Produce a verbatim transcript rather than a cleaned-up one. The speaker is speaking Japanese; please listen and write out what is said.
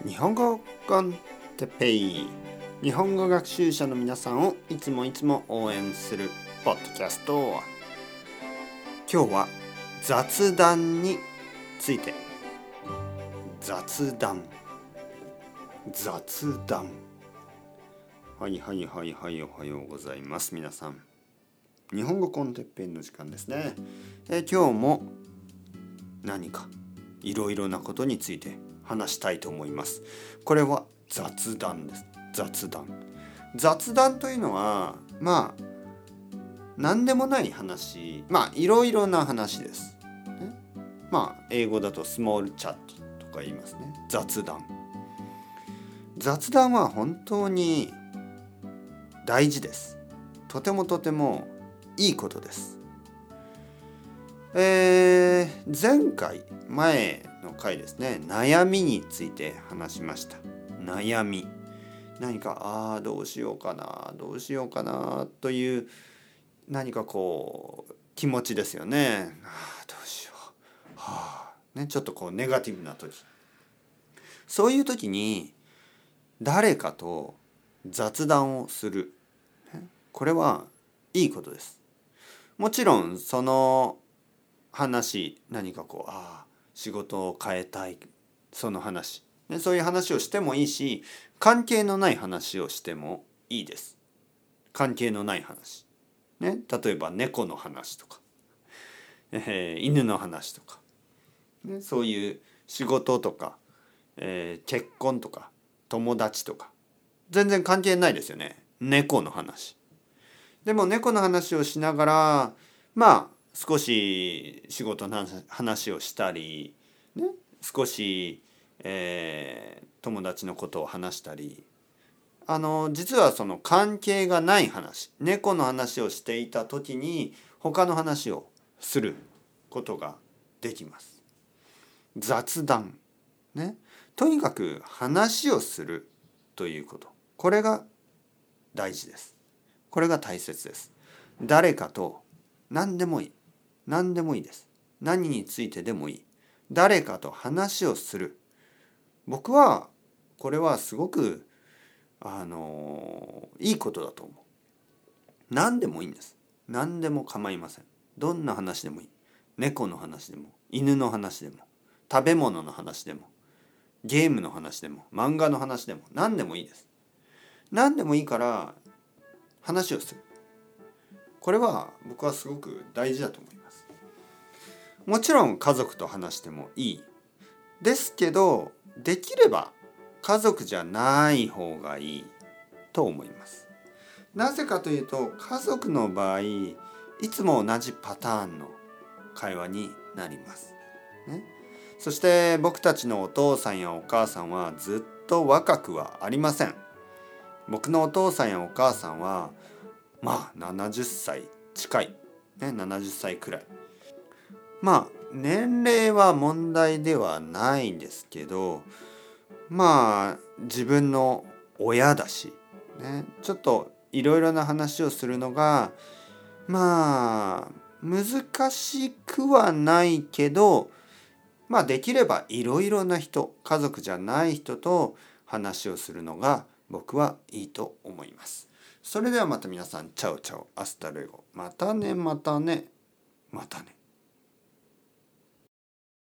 日本語コンテペイ、日本語学習者の皆さんをいつもいつも応援するポッドキャスト。今日は雑談について。雑談雑談はいはいはいはい、おはようございます。皆さん、日本語コンテッペイの時間ですね。えー、今日も何かいろいろなことについて話したいと思います。これは雑談です。雑談雑談というのはまあ何でもない話、まあいろいろな話です、ね、まあ英語だとスモールチャットとか言いますね。雑談雑談は本当に大事です。とてもとてもいいことです。えー、前回前の回ですね、悩みについて話しました。悩み、何かああどうしようかなどうしようかなという何かこう気持ちですよね。ああどうしよう、はあね、ちょっとこうネガティブな時、そういう時に誰かと雑談をする、これはいいことです。もちろんその話、何かこうああ仕事を変えたい、その話、ね、そういう話をしてもいいし、関係のない話をしてもいいです。関係のない話、ね、例えば猫の話とか、えー、犬の話とか、ね、そういう仕事とか、えー、結婚とか友達とか全然関係ないですよね。猫の話でも猫の話をしながらまあ少し仕事の話をしたり、ね、少し、えー、友達のことを話したり、あの実はその関係がない話、猫の話をしていた時に他の話をすることができます。雑談ね、とにかく話をするということ、これが大事です。これが大切です。誰かと何でもいい何でもいいです。何についてでもいい。誰かと話をする。僕はこれはすごくあのいいことだと思う。何でもいいんです。何でも構いません。どんな話でもいい。猫の話でも、犬の話でも、食べ物の話でも、ゲームの話でも、漫画の話でも、何でもいいです。何でもいいから話をする。これは僕はすごく大事だと思います。もちろん家族と話してもいいですけど、できれば家族じゃない方がいいと思います。なぜかというと、家族の場合いつも同じパターンの会話になります、ね、そして僕たちのお父さんやお母さんはずっと若くはありません。僕のお父さんやお母さんはまあななじゅっさい近い、ね、ななじゅっさいくらい。まあ年齢は問題ではないんですけど、まあ自分の親だし、ね、ちょっといろいろな話をするのがまあ難しくはないけど、まあできればいろいろな人、家族じゃない人と話をするのが僕はいいと思います。それではまた皆さん、チャオチャオ、アスタルエゴ、またねまたねまたね。